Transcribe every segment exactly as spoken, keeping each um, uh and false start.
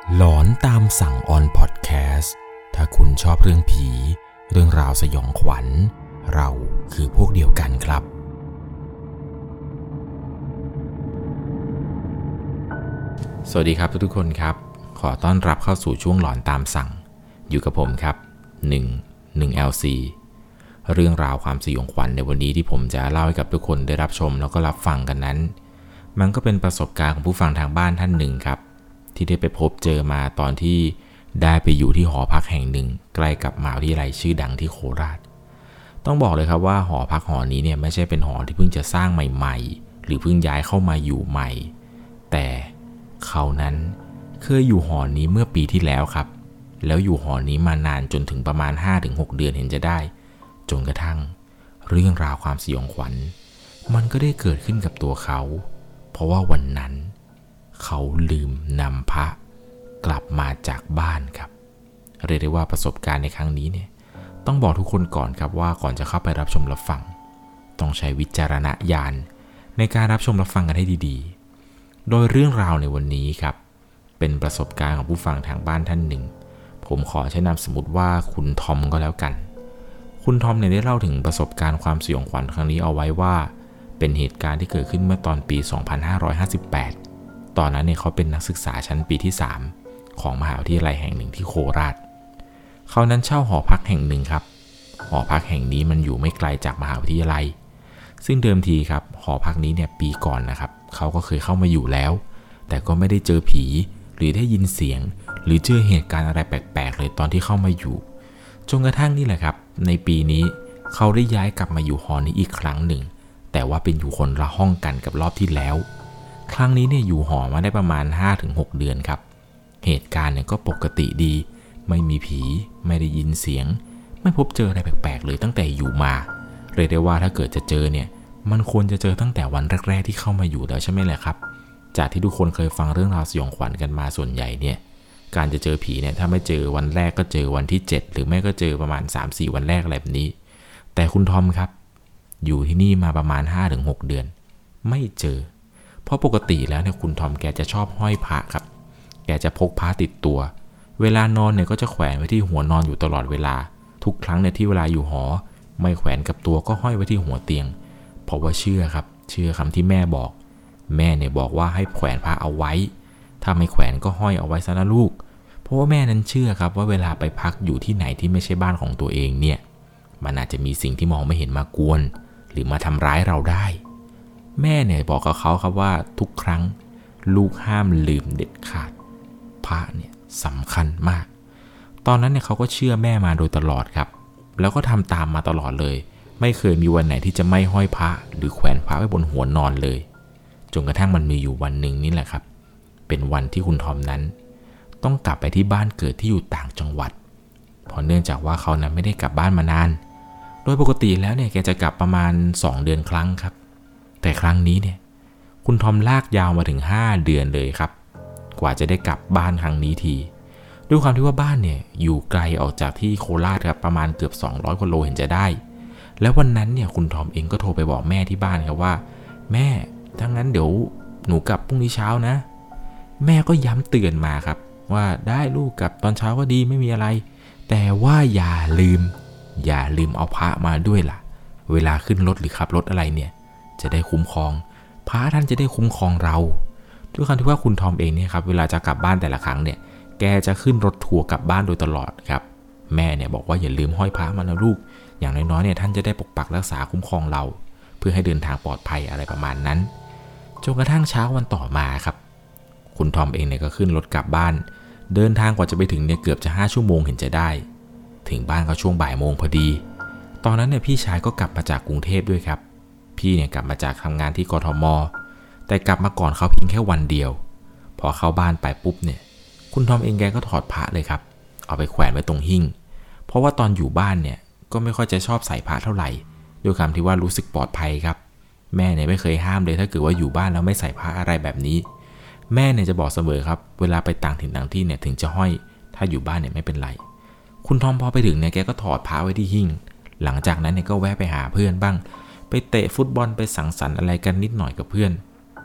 หลอนตามสั่งออนพอดแคสต์ถ้าคุณชอบเรื่องผีเรื่องราวสยองขวัญเราคือพวกเดียวกันครับสวัสดีครับทุกๆคนครับขอต้อนรับเข้าสู่ช่วงหลอนตามสั่งอยู่กับผมครับหนึ่ง หนึ่ง แอล ซี เรื่องราวความสยองขวัญในวันนี้ที่ผมจะเล่าให้กับทุกคนได้รับชมแล้วก็รับฟังกันนั้นมันก็เป็นประสบการณ์ของผู้ฟังทางบ้านท่านหนึ่งครับที่ได้ไปพบเจอมาตอนที่ได้ไปอยู่ที่หอพักแห่งหนึ่งใกล้กับมหาวิทยาลัยชื่อดังที่โคราชต้องบอกเลยครับว่าหอพักหอนี้เนี่ยไม่ใช่เป็นหอที่เพิ่งจะสร้างใหม่ๆหรือเพิ่งย้ายเข้ามาอยู่ใหม่แต่เขานั้นเคยอยู่หอนี้เมื่อปีที่แล้วครับแล้วอยู่หอนี้มานานจนถึงประมาณ ห้าถึงหก เดือนเห็นจะได้จนกระทั่งเรื่องราวความสยองขวัญมันก็ได้เกิดขึ้นกับตัวเขาเพราะว่าวันนั้นเขาลืมนำพระกลับมาจากบ้านครับเรียกได้ว่าประสบการณ์ในครั้งนี้เนี่ยต้องบอกทุกคนก่อนครับว่าก่อนจะเข้าไปรับชมรับฟังต้องใช้วิจารณญาณในการรับชมรับฟังกันให้ดีๆโดยเรื่องราวในวันนี้ครับเป็นประสบการณ์ของผู้ฟังทางบ้านท่านหนึ่งผมขอใช้นามสมมุติว่าคุณทอมก็แล้วกันคุณทอมเนี่ยได้เล่าถึงประสบการณ์ความสยองขวัญครั้งนี้เอาไว้ว่าเป็นเหตุการณ์ที่เกิดขึ้นเมื่อตอนปี สองพันห้าร้อยห้าสิบแปดตอนนั้นเนี่ยเขาเป็นนักศึกษาชั้นปีที่สามของมหาวิทยาลัยแห่งหนึ่งที่โคราชเขานั้นเช่าหอพักแห่งหนึ่งครับหอพักแห่งนี้มันอยู่ไม่ไกลจากมหาวิทยาลัยซึ่งเดิมทีครับหอพักนี้เนี่ยปีก่อนนะครับเขาก็เคยเข้ามาอยู่แล้วแต่ก็ไม่ได้เจอผีหรือได้ยินเสียงหรือเจอเหตุการณ์อะไรแปลกๆเลยตอนที่เข้ามาอยู่จนกระทั่งนี่แหละครับในปีนี้เขาได้ย้ายกลับมาอยู่หอนี้อีกครั้งหนึ่งแต่ว่าเป็นอยู่คนละห้องกันกับรอบที่แล้วครั้งนี้เนี่ยอยู่หอมาได้ประมาณ ห้าถึงหก เดือนครับเหตุการณ์เนี่ยก็ปกติดีไม่มีผีไม่ได้ยินเสียงไม่พบเจออะไรแปลกๆเลยตั้งแต่อยู่มาเรียกได้ว่าถ้าเกิดจะเจอเนี่ยมันควรจะเจอตั้งแต่วันแรกๆที่เข้ามาอยู่แล้วใช่ไหมแหละครับจากที่ทุกคนเคยฟังเรื่องราวสยองขวัญกันมาส่วนใหญ่เนี่ยการจะเจอผีเนี่ยถ้าไม่เจอวันแรกก็เจอวันที่เจ็ดหรือไม่ก็เจอประมาณ สามสี่ วันแรกอะไรแบบนี้แต่คุณทอมครับอยู่ที่นี่มาประมาณ ห้าถึงหก เดือนไม่เจอเพราะปกติแล้วเนี่ยคุณทอมแกจะชอบห้อยพระครับแกจะพกพระติดตัวเวลานอนเนี่ยก็จะแขวนไว้ที่หัวนอนอยู่ตลอดเวลาทุกครั้งเนี่ยที่เวลาอยู่หอไม่แขวนกับตัวก็ห้อยไว้ที่หัวเตียงเพราะว่าเชื่อครับเชื่อคำที่แม่บอกแม่เนี่ยบอกว่าให้แขวนพระเอาไว้ถ้าไม่แขวนก็ห้อยเอาไว้ซะนะลูกเพราะว่าแม่นั้นเชื่อครับว่าเวลาไปพักอยู่ที่ไหนที่ไม่ใช่บ้านของตัวเองเนี่ยมันอาจจะมีสิ่งที่มองไม่เห็นมากวนหรือมาทำร้ายเราได้แม่เนี่ยบอกกับเขาครับว่าทุกครั้งลูกห้ามลืมเด็ดขาดพระเนี่ยสำคัญมากตอนนั้นเนี่ยเขาก็เชื่อแม่มาโดยตลอดครับแล้วก็ทำตามมาตลอดเลยไม่เคยมีวันไหนที่จะไม่ห้อยพระหรือแขวนพระไว้บนหัวนอนเลยจนกระทั่งมันมีอยู่วันหนึ่งนี่แหละครับเป็นวันที่คุณทอมนั้นต้องกลับไปที่บ้านเกิดที่อยู่ต่างจังหวัดเพราะเนื่องจากว่าเขานั้นไม่ได้กลับบ้านมานานโดยปกติแล้วเนี่ยแกจะกลับประมาณสองเดือนครั้งครับแต่ครั้งนี้เนี่ยคุณทอมลากยาวมาถึงห้าเดือนเลยครับกว่าจะได้กลับบ้านครั้งนี้ทีด้วยความที่ว่าบ้านเนี่ยอยู่ไกลออกจากที่โคราชครับประมาณเกือบสองร้อยกิโลเห็นจะได้แล้ววันนั้นเนี่ยคุณทอมเองก็โทรไปบอกแม่ที่บ้านครับว่าแม่ถ้างั้นเดี๋ยวหนูกลับพรุ่งนี้เช้านะแม่ก็ย้ำเตือนมาครับว่าได้ลูกกลับตอนเช้าก็ดีไม่มีอะไรแต่ว่าอย่าลืมอย่าลืมเอาพระมาด้วยล่ะเวลาขึ้นรถหรือขับรถอะไรเนี่ยจะได้คุ้มครองพระท่านจะได้คุ้มครองเราด้วยความที่ว่าคุณทอมเองเนี่ยครับเวลาจะกลับบ้านแต่ละครั้งเนี่ยแกจะขึ้นรถทัวร์กลับบ้านโดยตลอดครับแม่เนี่ยบอกว่าอย่าลืมห้อยพระมานะลูกอย่างน้อยๆเนี่ยท่านจะได้ปกปักรักษาคุ้มครองเราเพื่อให้เดินทางปลอดภัยอะไรประมาณนั้นจนกระทั่งเช้าวันต่อมาครับคุณทอมเองเนี่ยก็ขึ้นรถกลับบ้านเดินทางกว่าจะไปถึงเนี่ยเกือบจะห้าชั่วโมงเห็นจะได้ถึงบ้านก็ช่วงบ่ายโมงพอดีตอนนั้นเนี่ยพี่ชายก็กลับมาจากกรุงเทพด้วยครับพี่เนี่ยกลับมาจากทำงานที่กทม.แต่กลับมาก่อนเขาเพียงแค่วันเดียวพอเข้าบ้านไปปุ๊บเนี่ยคุณทอมเองแกก็ถอดพระเลยครับเอาไปแขวนไว้ตรงหิ้งเพราะว่าตอนอยู่บ้านเนี่ยก็ไม่ค่อยจะชอบใส่พระเท่าไหร่ด้วยคำที่ว่ารู้สึกปลอดภัยครับแม่เนี่ยไม่เคยห้ามเลยถ้าเกิดว่าอยู่บ้านแล้วไม่ใส่พระอะไรแบบนี้แม่เนี่ยจะบอกเสมอครับเวลาไปต่างถิ่นต่างที่เนี่ยถึงจะห้อยถ้าอยู่บ้านเนี่ยไม่เป็นไรคุณทอมพอไปถึงเนี่ยแกก็ถอดพระไว้ที่หิ้งหลังจากนั้นเนี่ยก็แวะไปหาเพื่อนบ้างไปเตะฟุตบอลไปสังสรรค์อะไรกันนิดหน่อยกับเพื่อน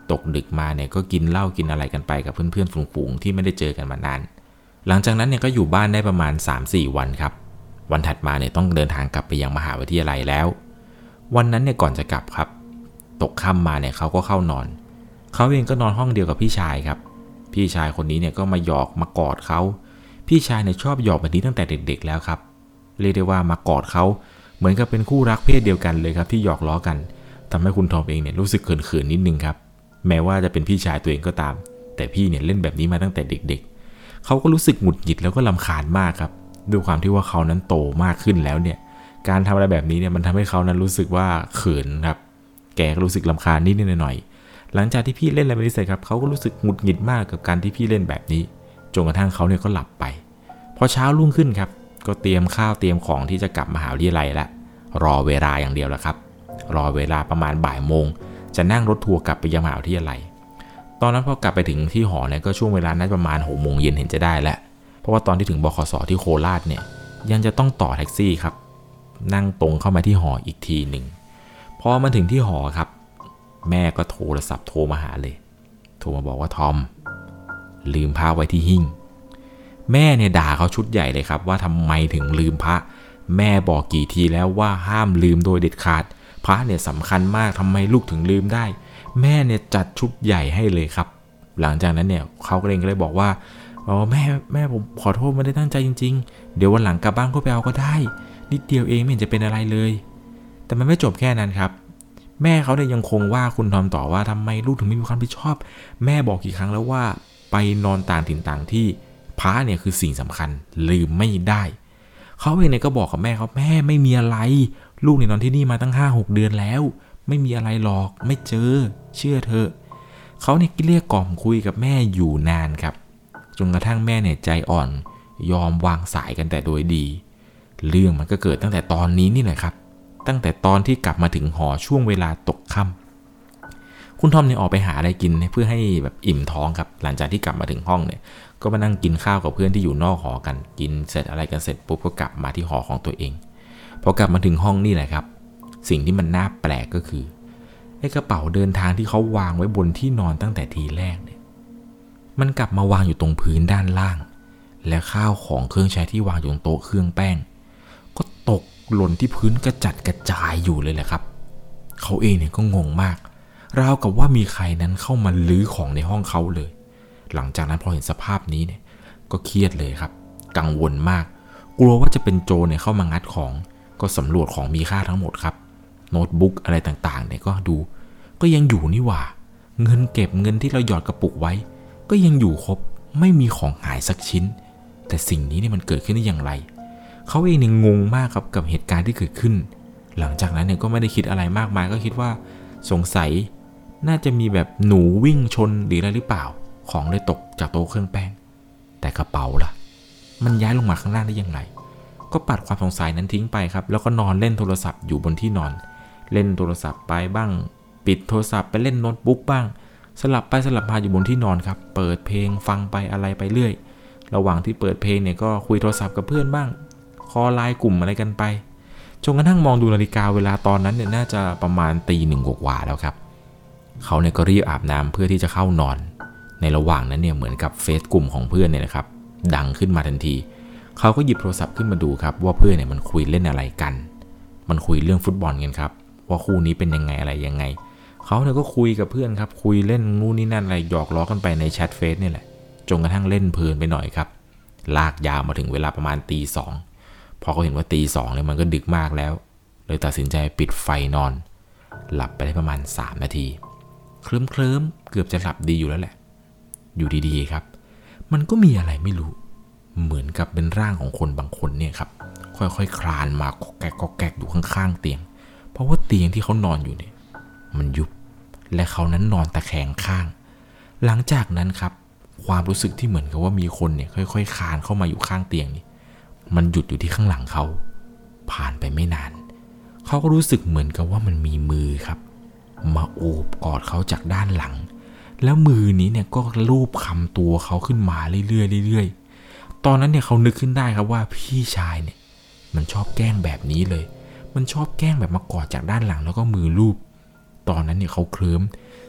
ตกดึกมาเนี่ยก็กินเหล้ากินอะไรกันไปกับเพื่อนๆฝูงๆที่ไม่ได้เจอกันมานานหลังจากนั้นเนี่ยก็อยู่บ้านได้ประมาณ สามถึงสี่ วันครับวันถัดมาเนี่ยต้องเดินทางกลับไปยังมหาวิทยาลัยแล้ววันนั้นเนี่ยก่อนจะกลับครับตกค่ำมาเนี่ยเขาก็เข้านอนเขาเองก็นอนห้องเดียวกับพี่ชายครับพี่ชายคนนี้เนี่ยก็มาหยอกมากอดเขาพี่ชายเนี่ยชอบหยอกแบบนี้ตั้งแต่เด็กๆแล้วครับเรียกได้ว่ามากอดเขาเหมือนกับเป็นคู่รักเพศเดียวกันเลยครับที่หยอกล้อกันทำให้คุณทอมเองเนี่ยรู้สึกเขินๆนิดนึงครับแม้ว่าจะเป็นพี่ชายตัวเองก็ตามแต่พี่เนี่ยเล่นแบบนี้มาตั้งแต่เด็กๆเขาก็รู้สึกหงุดหงิดแล้วก็รำคาญมากครับด้วยความที่ว่าเขานั้นโตมากขึ้นแล้วเนี่ยการทำอะไรแบบนี้เนี่ยมันทำให้เขานั้นรู้สึกว่าเขินครับแกก็รู้สึกรำคาญนิดๆหน่อยๆหลังจากที่พี่เล่นอะไรแบบนี้เสร็จครับเขาก็รู้สึกหงุดหงิดมากกับการที่พี่เล่นแบบนี้จนกระทั่งเขาเนี่ยก็หลับไปพอเช้ารุ่งขึ้นครับก็เตรียมข้าวเตรียมของที่จะกลับมหาวิทยาลัยละรอเวลาอย่างเดียวแล้วครับรอเวลาประมาณบ่ายโมงจะนั่งรถทัวร์กลับไปยังมหาวิทยาลัยตอนนั้นพอกลับไปถึงที่หอเนี่ยก็ช่วงเวลานั้นประมาณหกโมงเย็นเห็นจะได้แล้วเพราะว่าตอนที่ถึงบขสที่โคราชเนี่ยยังจะต้องต่อแท็กซี่ครับนั่งตรงเข้ามาที่หออีกทีหนึ่งพอมาถึงที่หอครับแม่ก็โทรศัพท์โทรมาหาเลยโทรมาบอกว่าทอมลืมพระไว้ที่หิ้งแม่เนี่ยด่าเขาชุดใหญ่เลยครับว่าทำไมถึงลืมพระแม่บอกกี่ทีแล้วว่าห้ามลืมโดยเด็ดขาดพระเนี่ยสำคัญมากทำไมลูกถึงลืมได้แม่เนี่ยจัดชุดใหญ่ให้เลยครับหลังจากนั้นเนี่ยเขาเองก็เลยบอกว่าอ๋อแม่แม่ผมขอโทษไม่ได้ตั้งใจจริงๆเดี๋ยววันหลังกลับบ้านก็ไปเอาก็ได้นิดเดียวเองไม่เห็นจะเป็นอะไรเลยแต่มันไม่จบแค่นั้นครับแม่เขาเนี่ยยังคงว่าคุณทอมต่อว่าทำไมลูกถึงไม่มีความรับผิดชอบแม่บอกกี่ครั้งแล้วว่าไปนอนต่างถิ่นต่างที่พระเนี่ยคือสิ่งสำคัญลืมไม่ได้เขาเองเนี่ยก็บอกกับแม่เขาแม่ไม่มีอะไรลูกเนี่ยนอนที่นี่มาตั้ง ห้าหก เดือนแล้วไม่มีอะไรหรอกไม่เจอเชื่อเถอะเขาเนี่ยเรียกกล่อมคุยกับแม่อยู่นานครับจนกระทั่งแม่เนี่ยใจอ่อนยอมวางสายกันแต่โดยดีเรื่องมันก็เกิดตั้งแต่ตอนนี้นี่แหละครับตั้งแต่ตอนที่กลับมาถึงหอช่วงเวลาตกค่ำคุณทอมเนี่ยออกไปหาอะไรกินเพื่อให้แบบอิ่มท้องครับหลังจากที่กลับมาถึงห้องเนี่ยก็มานั่งกินข้าวกับเพื่อนที่อยู่นอกหอกันกินเสร็จอะไรกันเสร็จปุ๊บก็กลับมาที่หอของตัวเองพอกลับมาถึงห้องนี่แหละครับสิ่งที่มันน่าแปลกก็คือไอ้กระเป๋าเดินทางที่เขาวางไว้บนที่นอนตั้งแต่ทีแรกเนี่ยมันกลับมาวางอยู่ตรงพื้นด้านล่างและข้าวของเครื่องใช้ที่วางอยู่บนโต๊ะเครื่องแป้งก็ตกหล่นที่พื้นกระจัดกระจายอยู่เลยแหละครับเขาเองเนี่ยก็งงมากราวกับว่ามีใครนั้นเข้ามาลื้อของในห้องเขาเลยหลังจากนั้นพอเห็นสภาพนี้เนี่ยก็เครียดเลยครับกังวลมากกลัวว่าจะเป็นโจรเนี่ยเข้ามางัดของก็สำรวจของมีค่าทั้งหมดครับโน้ตบุ๊กอะไรต่างๆเนี่ยก็ดูก็ยังอยู่นี่หว่าเงินเก็บเงินที่เราหยอดกระปุกไว้ก็ยังอยู่ครบไม่มีของหายสักชิ้นแต่สิ่งนี้เนี่ยมันเกิดขึ้นได้อย่างไรเขาเองเนี่ยงงมากครับกับเหตุการณ์ที่เกิดขึ้นหลังจากนั้นเนี่ยก็ไม่ได้คิดอะไรมากมายก็คิดว่าสงสัยน่าจะมีแบบหนูวิ่งชนหรืออะไรหรือเปล่าของเลยตกจากโต๊ะเครื่องแป้งแต่กระเป๋าล่ะมันย้ายลงมาข้างล่างได้อย่างไรก็ปัดความสงสัยนั้นทิ้งไปครับแล้วก็นอนเล่นโทรศัพท์อยู่บนที่นอนเล่นโทรศัพท์ไปบ้างปิดโทรศัพท์ไปเล่นโน้ตบุ๊กบ้างสลับไปสลับมาอยู่บนที่นอนครับเปิดเพลงฟังไปอะไรไปเรื่อยระหว่างที่เปิดเพลงเนี่ยก็คุยโทรศัพท์กับเพื่อนบ้างคอไลน์กลุ่มอะไรกันไปจนกระทั่งมองดูนาฬิกาเวลาตอนนั้นเนี่ยน่าจะประมาณตีหนึ่งกว่าแล้วครับเขาเนี่ยก็รีบอาบน้ำเพื่อที่จะเข้านอนในระหว่างนั้นเนี่ยเหมือนกับเฟซกลุ่มของเพื่อนเนี่ยนะครับดังขึ้นมาทันทีเขาก็หยิบโทรศัพท์ขึ้นมาดูครับว่าเพื่อนเนี่ยมันคุยเล่นอะไรกันมันคุยเรื่องฟุตบอลกันครับว่าคู่นี้เป็นยังไงอะไรยังไงเขาเนี่ยก็คุยกับเพื่อนครับคุยเล่นนู่นนี่นั่นอะไรหยอกล้อกันไปในแชทเฟซนี่แหละจนกระทั่งเล่นเพลินไปหน่อยครับลากยาวมาถึงเวลาประมาณตีสองพอเขาเห็นว่าตีสองเนี่ยมันก็ดึกมากแล้วเลยตัดสินใจปิดไฟนอนหลับไปได้ประมาณสามนาทีเคลิ้มเคลิ้มเกือบจะหลับดีอยู่แล้วแหละอยู่ดีๆครับมันก็มีอะไรไม่รู้เหมือนกับเป็นร่างของคนบางคนเนี่ยครับค่อยๆ ค, คลานมาก็แกกก็แกกอยู่ข้างๆเตียงเพราะว่าเตียงที่เขานอนอยู่เนี่ยมันยุบและเขานั้นนอนตะแคงข้างหลังจากนั้นครับความรู้สึกที่เหมือนกับว่ามีคนเนี่ยค่อยๆ คลานเข้ามาอยู่ข้างเตียงนี่มันหยุดอยู่ที่ข้างหลังเขาผ่านไปไม่นานเขาก็รู้สึกเหมือนกับว่ามันมีมือครับมาโอบกอดเขาจากด้านหลังแล้วมือนี้เนี่ยก็ลูบคำตัวเขาขึ้นมาเรื่อยๆเรื่อยๆตอนนั้นเนี่ยเขานึกขึ้นได้ครับว่าพี่ชายเนี่ยมันชอบแกล้งแบบนี้เลยมันชอบแกล้งแบบมากอดจากด้านหลังแล้วก็มือลูบตอนนั้นเนี่ยเขาเคลิ้ม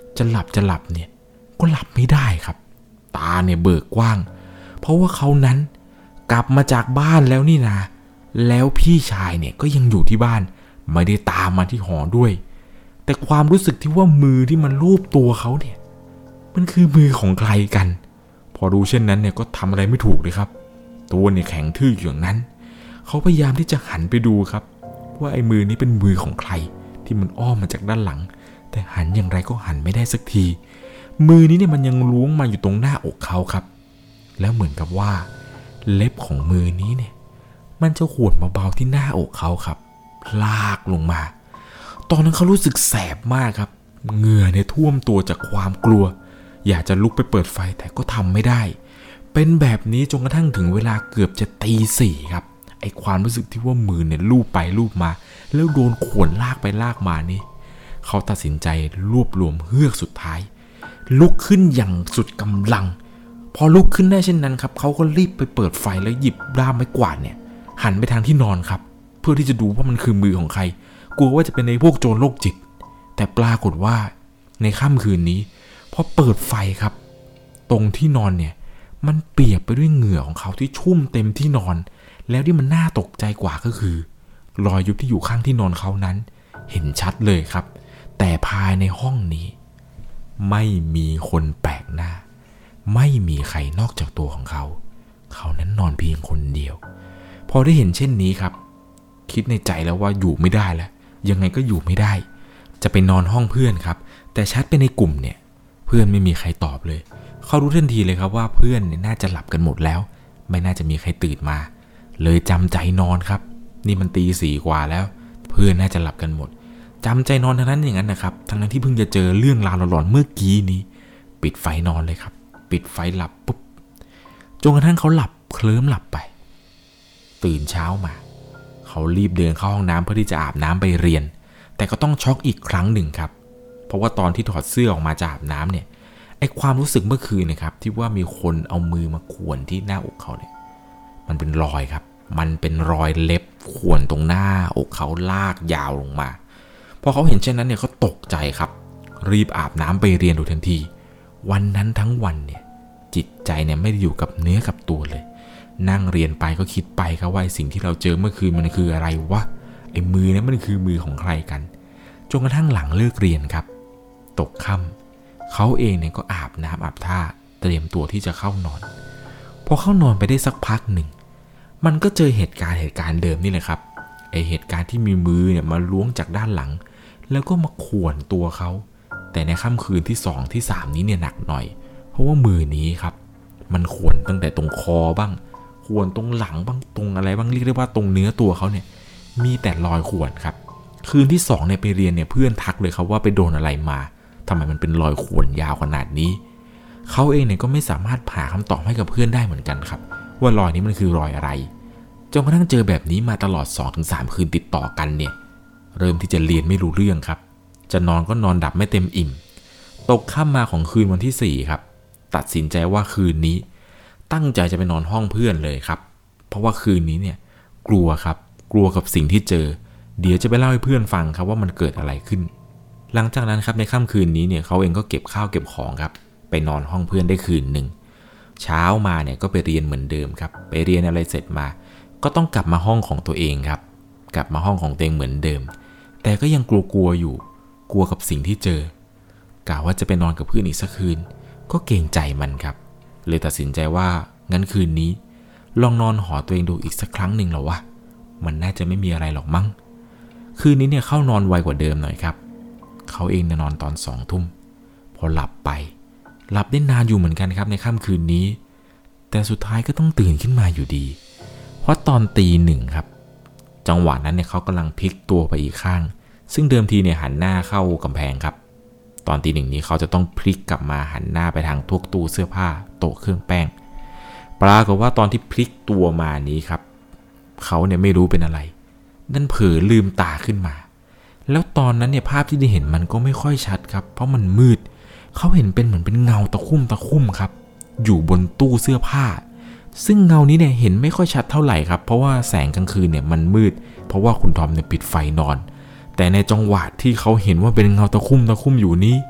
จะหลับจะหลับเนี่ยก็หลับไม่ได้ครับตาเนี่ยเบิกกว้างเพราะว่าเขานั้นกลับมาจากบ้านแล้วนี่นาแล้วพี่ชายเนี่ยก็ยังอยู่ที่บ้านไม่ได้ตามมาที่หอด้วยแต่ความรู้สึกที่ว่ามือที่มันลูบตัวเขาเนี่ยมันคือมือของใครกันพอรู้เช่นนั้นเนี่ยก็ทำอะไรไม่ถูกเลยครับตัวเนี่ยแข็งทื่ออย่างนั้นเขาพยายามที่จะหันไปดูครับว่าไอ้มือนี้เป็นมือของใครที่มันอ้อมมาจากด้านหลังแต่หันอย่างไรก็หันไม่ได้สักทีมือนี้เนี่ยมันยังล้วงมาอยู่ตรงหน้าอกเขาครับแล้วเหมือนกับว่าเล็บของมือนี้เนี่ยมันจะข่วนเบาๆที่หน้าอกเขาครับลากลงมาตอนนั้นเขารู้สึกแสบมากครับเหงื่อเนี่ยท่วมตัวจากความกลัวอยากจะลุกไปเปิดไฟแต่ก็ทำไม่ได้เป็นแบบนี้จนกระทั่งถึงเวลาเกือบจะตีสี่ครับไอความรู้สึกที่ว่ามือเนี่ยลูบไปลูบมาแล้วโดนข่วนลากไปลากมานี่เขาตัดสินใจรวบรวมเฮือกสุดท้ายลุกขึ้นอย่างสุดกำลังพอลุกขึ้นได้เช่นนั้นครับเขาก็รีบไปเปิดไฟแล้วหยิบด้ามไม้กวาดเนี่ยหันไปทางที่นอนครับเพื่อที่จะดูว่ามันคือมือของใครกลัวว่าจะเป็นในพวกโจรโรคจิตแต่ปรากฏว่าในค่ำคืนนี้พอเปิดไฟครับตรงที่นอนเนี่ยมันเปียกไปด้วยเหงื่อของเขาที่ชุ่มเต็มที่นอนแล้วที่มันน่าตกใจกว่าก็คือรอยยุบที่อยู่ข้างที่นอนเขานั้นเห็นชัดเลยครับแต่ภายในห้องนี้ไม่มีคนแปลกหน้าไม่มีใครนอกจากตัวของเขาเขานั้นนอนเพียงคนเดียวพอได้เห็นเช่นนี้ครับคิดในใจแล้วว่าอยู่ไม่ได้แล้วยังไงก็อยู่ไม่ได้จะไปนอนห้องเพื่อนครับแต่แชทไปในกลุ่มเนี่ยเพื่อนไม่มีใครตอบเลยเขารู้ทันทีเลยครับว่าเพื่อนเนี่ยน่าจะหลับกันหมดแล้วไม่น่าจะมีใครตื่นมาเลยจำใจนอนครับนี่มันตีสี่กว่าแล้วเพื่อนน่าจะหลับกันหมดจำใจนอนทั้งนั้นอย่างนั้นนะครับทั้งนั้นที่เพิ่งจะเจอเรื่องราวหลอนๆเมื่อกี้นี้ปิดไฟนอนเลยครับปิดไฟหลับปุ๊บจนกระทั่งเขาหลับเคลิ้มหลับไปตื่นเช้ามาเขารีบเดินเข้าห้องน้ำเพื่อที่จะอาบน้ำไปเรียนแต่ก็ต้องช็อกอีกครั้งหนึ่งครับเพราะว่าตอนที่ถอดเสื้อออกมาจากอาบน้ำเนี่ยไอความรู้สึกเมื่อคืนนะครับที่ว่ามีคนเอามือมาข่วนที่หน้าอกเขาเนี่ยมันเป็นรอยครับมันเป็นรอยเล็บข่วนตรงหน้าอกเขาลากยาวลงมาพอเขาเห็นเช่นนั้นเนี่ยเขาตกใจครับรีบอาบน้ำไปเรียนโดยทันทีวันนั้นทั้งวันเนี่ยจิตใจเนี่ยไม่ได้อยู่กับเนื้อกับตัวเลยนั่งเรียนไปก็คิดไปครับว่าสิ่งที่เราเจอเมื่อคืนมันคืออะไรวะไอ้มือเนี่ยมันคือมือของใครกันจนกระทั่งหลังเลิกเรียนครับตกค่ำเขาเองเนี่ยก็อาบน้ำอาบท่าเตรียมตัวที่จะเข้านอนพอเข้านอนไปได้สักพักหนึ่งมันก็เจอเหตุการณ์เหตุการณ์เดิมนี่แหละครับไอเหตุการณ์ที่มีมือเนี่ยมาล้วงจากด้านหลังแล้วก็มาข่วนตัวเขาแต่ในค่ำคืนที่สองที่สามนี้เนี่ยหนักหน่อยเพราะว่ามือนี้ครับมันข่วนตั้งแต่ตรงคอบ้างข่วนตรงหลังบ้างตรงอะไรบ้างเรียกได้ว่าตรงเนื้อตัวเขาเนี่ยมีแต่รอยข่วนครับคืนที่สองเนี่ยไปเรียนเนี่ยเพื่อนทักเลยครับว่าไปโดนอะไรมาทำไมมันเป็นรอยข่วนยาวขนาดนี้เขาเองเนี่ยก็ไม่สามารถหาคำตอบให้กับเพื่อนได้เหมือนกันครับว่ารอยนี้มันคือรอยอะไรจนกระทั่งเจอแบบนี้มาตลอด สองถึงสาม คืนติดต่อกันเนี่ยเริ่มที่จะเรียนไม่รู้เรื่องครับจะนอนก็นอนดับไม่เต็มอิ่มตกค่ำมาของคืนวันที่สี่ครับตัดสินใจว่าคืนนี้ตั้งใจจะไปนอนห้องเพื่อนเลยครับเพราะว่าคืนนี้เนี่ยกลัวครับกลัวกับสิ่งที่เจอเดี๋ยวจะไปเล่าให้เพื่อนฟังครับว่ามันเกิดอะไรขึ้นหลังจากนั้นครับในค่ำคืนนี้เนี่ยเขาเองก็เก็บข้าวเก็บของครับไปนอนห้องเพื่อนได้คืนหนึ่งเช้ามาเนี่ยก็ไปเรียนเหมือนเดิมครับไปเรียนอะไรเสร็จมาก็ต้องกลับมาห้องของตัวเองครับกลับมาห้องของตัวเองเหมือนเดิมแต่ก็ยังกลัวๆอยู่กลัวกับสิ่งที่เจอกะว่าจะไปนอนกับเพื่อนอีกสักคืนก็เกรงใจมันครับเลยตัดสินใจว่างั้นคืนนี้ลองนอนหอตัวเองดูอีกสักครั้งหนึ่งหรอวะมันน่าจะไม่มีอะไรหรอกมั้งคืนนี้เนี่ยเข้านอนไวกว่าเดิมหน่อยครับเขาเองนอนตอนสองทุ่มพอหลับไปหลับได้นานอยู่เหมือนกันครับในค่ำคืนนี้แต่สุดท้ายก็ต้องตื่นขึ้นมาอยู่ดีเพราะตอนตีหนึ่งครับจังหวะนั้นเนี่ยเขากำลังพลิกตัวไปอีกข้างซึ่งเดิมทีเนี่ยหันหน้าเข้ากำแพงครับตอนตีหนึ่งนี้เขาจะต้องพลิกกลับมาหันหน้าไปทางทุกตู้เสื้อผ้าโต๊ะเครื่องแป้งปรากฏว่าตอนที่พลิกตัวมานี้ครับเขาเนี่ยไม่รู้เป็นอะไรนั่นเผลอลืมตาขึ้นมาแล้วตอนนั้นเนี่ยภาพที่ได้เห็นมันก็ไม่ค่อยชัดครับเพราะมันมืดเขาเห็นเป็นเหมือนเป็นเงาตะคุ่มตะคุ่มครับอยู่บนตู้เสื้อผ้าซึ่งเงานี้เนี่ยเห็นไม่ค่อยชัดเท่าไหร่ครับเพราะว่าแสงกลางคืนเนี่ยมันมืดเพราะว่าคุณทอมเนี่ยปิดไฟนอนแต่ในจังหวะที่เขาเห็นว่าเป็นเงาตะคุ่มตะคุ่มอยู่นี้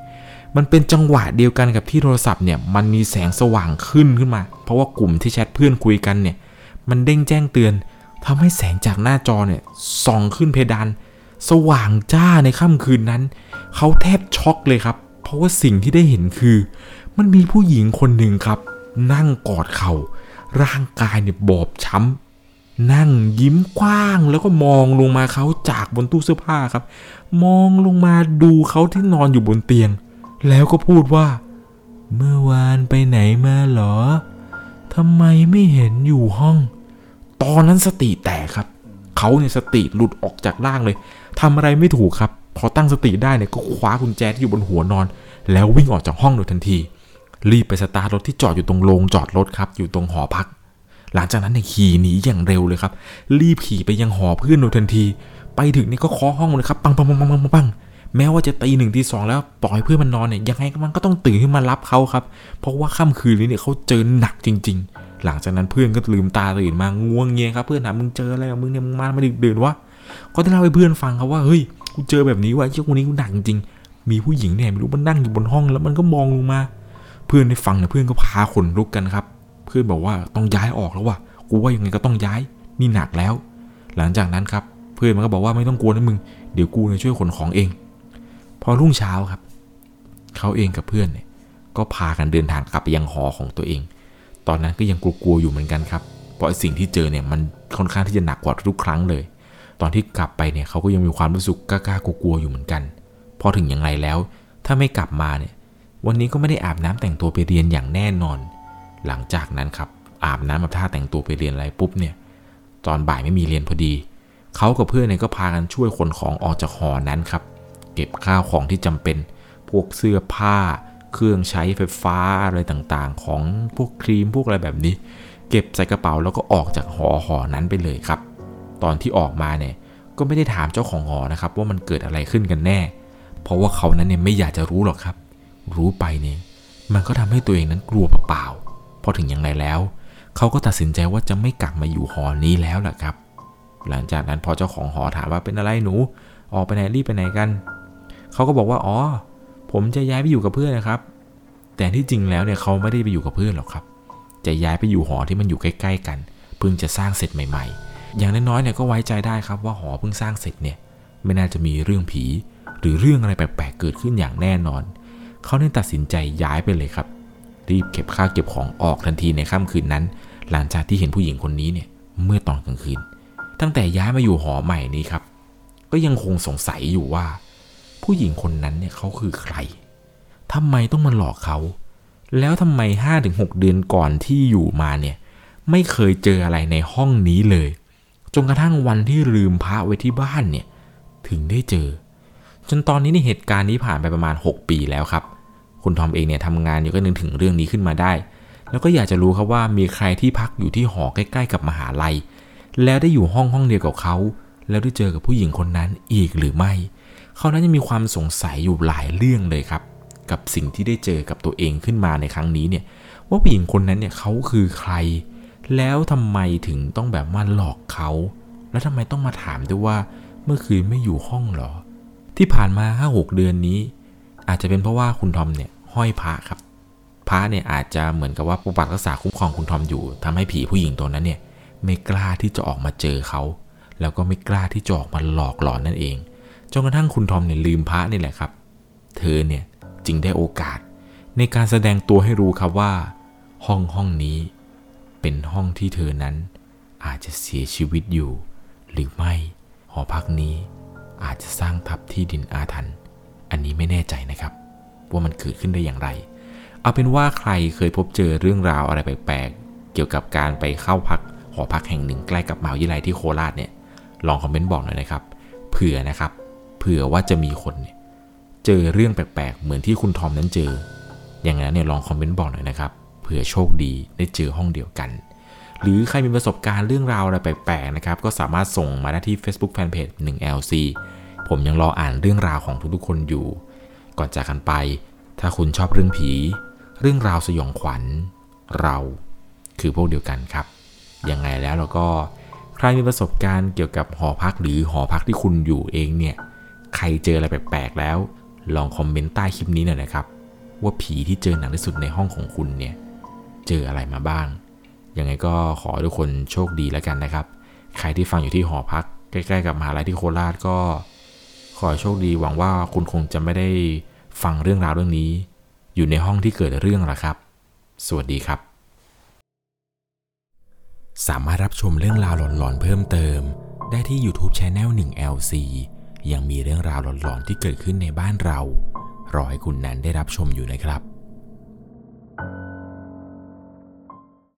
มันเป็นจังหวะเดียวกันกับที่โทรศัพท์เนี่ยมันมีแสงสว่างขึ้นขึ้นมาเพราะว่ากลุ่มที่แชทเพื่อนคุยกันเนี่ยมันเด้งแจ้งเตือนทำให้แสงจากหน้าจอเนี่ยส่องขึ้นเพดานสว่างจ้าในค่ำคืนนั้นเขาแทบช็อกเลยครับเพราะว่าสิ่งที่ได้เห็นคือมันมีผู้หญิงคนหนึ่งครับนั่งกอดเข่าร่างกายเนี่ยบอบช้ำนั่งยิ้มกว้างแล้วก็มองลงมาเขาจากบนตู้เสื้อผ้าครับมองลงมาดูเขาที่นอนอยู่บนเตียงแล้วก็พูดว่าเมื่อวานไปไหนมาหรอทำไมไม่เห็นอยู่ห้องตอนนั้นสติแตกครับเขาเนี่ยสติหลุดออกจากร่างเลยทำอะไรไม่ถูกครับพอตั้งสติได้เนี่ยก็คว้ากุญแจที่อยู่บนหัวนอนแล้ววิ่งออกจากห้องโดยทันทีรีบไปสตาร์ทรถที่จอดอยู่ตรงโรงจอดรถครับอยู่ตรงหอพักหลังจากนั้นเนี่ยขี่หนีอย่างเร็วเลยครับรีบขี่ไปยังหอเพื่อนโดยทันทีไปถึงนี่ก็เคาะห้องเลยครับปังปังปังปังปังปังแม้ว่าจะตีหนึ่งตีสองแล้วปล่อยเพื่อนมันนอนเนี่ยยังไงมันก็ต้องตื่นขึ้นมารับเขาครับเพราะว่าค่ำคืนนี้เนี่ยเขาเจอหนักจริงๆหลังจากนั้นเพื่อนก็ลืมตาตื่นมาง่วงเงียครับเพื่อนถามมึงเจออะไรมึงเนี่ยมึงมาไม่ดึกดื่นวะก็ได้เล่าให้เพื่อนฟังครับว่าเฮ้ยกูเจอแบบนี้ว่ะเจ้าคนนี้กูหนักจริงมีผู้หญิงเนี่ยไม่รู้มันนั่งอยู่บนห้องแล้วมันก็มองลงมาเพื่อนได้ฟังเนี่ยเพื่อนก็พาขนลุกกันครับเพื่อนบอกว่าต้องย้ายออกแล้วว่ะกูว่ายังไงก็ต้องย้ายนี่หนักแล้วหลังจากนั้นครับเพื่อนมันก็บอกว่าไม่ต้องกลัวนะมึงเดี๋ยวกูเนี่ยช่วยขนของเองพอรุ่งเช้าครับเขาเองกับเพื่อนเนี่ยก็พากันเดินทางกลับไปยังหอของตัวเองตอนนั้นก็ยังกลัวๆอยู่เหมือนกันครับเพราะสิ่งที่เจอเนี่ยมันค่อนข้างที่จะหนักกว่าทุกครั้งเลยตอนที่กลับไปเนี่ยเขาก็ยังมีความรู้สึกกล้าๆกลัวๆอยู่เหมือนกันพอถึงอย่างไรแล้วถ้าไม่กลับมาเนี่ยวันนี้ก็ไม่ได้อาบน้ำแต่งตัวไปเรียนอย่างแน่นอนหลังจากนั้นครับอาบน้ำมาท่าแต่งตัวไปเรียนอะไรปุ๊บเนี่ยตอนบ่ายไม่มีเรียนพอดีเขากับเพื่อนเนี่ยก็พากันช่วยขนของออกจากหอนั้นครับเก็บข้าวของที่จำเป็นพวกเสื้อผ้าเครื่องใช้ไฟฟ้าอะไรต่างๆของพวกครีมพวกอะไรแบบนี้เก็บใส่กระเป๋าแล้วก็ออกจากหอหอนั้นไปเลยครับตอนที่ออกมาเนี่ยก็ไม่ได้ถามเจ้าของหอนะครับว่ามันเกิดอะไรขึ้นกันแน่เพราะว่าเขานั้นเนี่ยไม่อยากจะรู้หรอกครับรู้ไปเนี่ยมันก็ทำให้ตัวเองนั้นกลัวเปล่าๆพอถึงอย่างไรแล้วเขาก็ตัดสินใจว่าจะไม่กลับมาอยู่หอนี้แล้วแหละครับหลังจากนั้นพอเจ้าของหอถามว่าเป็นอะไรหนูออกไปไหนรีบไปไหนกันเขาก็บอกว่าอ๋อผมจะย้ายไปอยู่กับเพื่อนนะครับแต่ที่จริงแล้วเนี่ยเขาไม่ได้ไปอยู่กับเพื่อนหรอกครับจะย้ายไปอยู่หอที่มันอยู่ใกล้ๆกันเพิ่งจะสร้างเสร็จใหม่ๆอย่างน้อยๆเนี่ยก็ไว้ใจได้ครับว่าหอเพิ่งสร้างเสร็จเนี่ยไม่น่าจะมีเรื่องผีหรือเรื่องอะไรแปลกๆเกิดขึ้นอย่างแน่นอนเขาได้ตัดสินใจย้ายไปเลยครับรีบเก็บข้าวเก็บของออกทันทีในค่ำคืนนั้นหลังจากที่เห็นผู้หญิงคนนี้เนี่ยเมื่อตอนกลางคืนตั้งแต่ย้ายมาอยู่หอใหม่นี้ครับก็ยังคงสงสัยอยู่ว่าผู้หญิงคนนั้นเนี่ยเขาคือใครทำไมต้องมาหลอกเขาแล้วทำไม ห้าถึงหก เดือนก่อนที่อยู่มาเนี่ยไม่เคยเจออะไรในห้องนี้เลยจนกระทั่งวันที่ลืมพระไว้ที่บ้านเนี่ยถึงได้เจอจนตอนนี้ในเหตุการณ์นี้ผ่านไปประมาณหกปีแล้วครับคุณทอมเองเนี่ยทำงานอยู่ก็นึกถึงเรื่องนี้ขึ้นมาได้แล้วก็อยากจะรู้ครับว่ามีใครที่พักอยู่ที่หอใกล้ๆกับมหาลัยแล้วได้อยู่ห้องห้องเดียวกับเขาแล้วได้เจอกับผู้หญิงคนนั้นอีกหรือไม่เขานั้นยังมีความสงสัยอยู่หลายเรื่องเลยครับกับสิ่งที่ได้เจอกับตัวเองขึ้นมาในครั้งนี้เนี่ยว่าผู้หญิงคนนั้นเนี่ยเขาคือใครแล้วทำไมถึงต้องแบบมาหลอกเขาแล้วทำไมต้องมาถามด้วยว่าเมื่อคืนไม่อยู่ห้องหรอที่ผ่านมา ห้าหก เดือนนี้อาจจะเป็นเพราะว่าคุณทอมเนี่ยห้อยพระครับพระเนี่ยอาจจะเหมือนกับว่าปกปักรักษาคุ้มครองคุณทอมอยู่ทำให้ผีผู้หญิงตัวนั้นเนี่ยไม่กล้าที่จะออกมาเจอเขาแล้วก็ไม่กล้าที่จะออกมาหลอกหลอนนั่นเองจนกระทั่งคุณทอมเนี่ยลืมพระนี่แหละครับเธอเนี่ยจึงได้โอกาสในการแสดงตัวให้รู้ครับว่าห้องห้องนี้เป็นห้องที่เธอนั้นอาจจะเสียชีวิตอยู่หรือไม่หอพักนี้อาจจะสร้างทับที่ดินอาถรรพ์อันนี้ไม่แน่ใจนะครับว่ามันเกิดขึ้นได้อย่างไรเอาเป็นว่าใครเคยพบเจอเรื่องราวอะไรแปลกๆเกี่ยวกับการไปเข้าพักหอพักแห่งหนึ่งใกล้กับมหาวิทยาลัยที่โคราชเนี่ยลองคอมเมนต์บอกหน่อยนะครับเผื่อนะครับเผื่อว่าจะมีคนเนี่ยเจอเรื่องแปลกๆเหมือนที่คุณทอมนั้นเจออย่างนั้นเนี่ยลองคอมเมนต์บอกหน่อยนะครับเผื่อโชคดีได้เจอห้องเดียวกันหรือใครมีประสบการณ์เรื่องราวอะไรแปลกๆนะครับก็สามารถส่งมาได้ที่ Facebook Fanpage หนึ่ง แอล ซี ผมยังรออ่านเรื่องราวของทุกๆคนอยู่ก่อนจากกันไปถ้าคุณชอบเรื่องผีเรื่องราวสยองขวัญเราคือพวกเดียวกันครับยังไงแล้วเราก็ใครมีประสบการณ์เกี่ยวกับหอพักหรือหอพักที่คุณอยู่เองเนี่ยใครเจออะไรแปลกๆแล้วลองคอมเมนต์ใต้คลิปนี้หน่อยนะครับว่าผีที่เจอหนักที่สุดในห้องของคุณเนี่ยเจออะไรมาบ้างยังไงก็ขอให้ทุกคนโชคดีแล้วกันนะครับใครที่ฟังอยู่ที่หอพักใกล้ๆกับมหาลัยที่โคราชก็ขอให้โชคดีหวังว่าคุณคงจะไม่ได้ฟังเรื่องราวเรื่องนี้อยู่ในห้องที่เกิดเรื่องละครับสวัสดีครับสามารถรับชมเรื่องราวหลอนๆเพิ่มเติมได้ที่ YouTube Channel หนึ่ง แอล ซี ยังมีเรื่องราวหลอนๆที่เกิดขึ้นในบ้านเรารอให้คุณนั้นได้รับชมอยู่นะครับ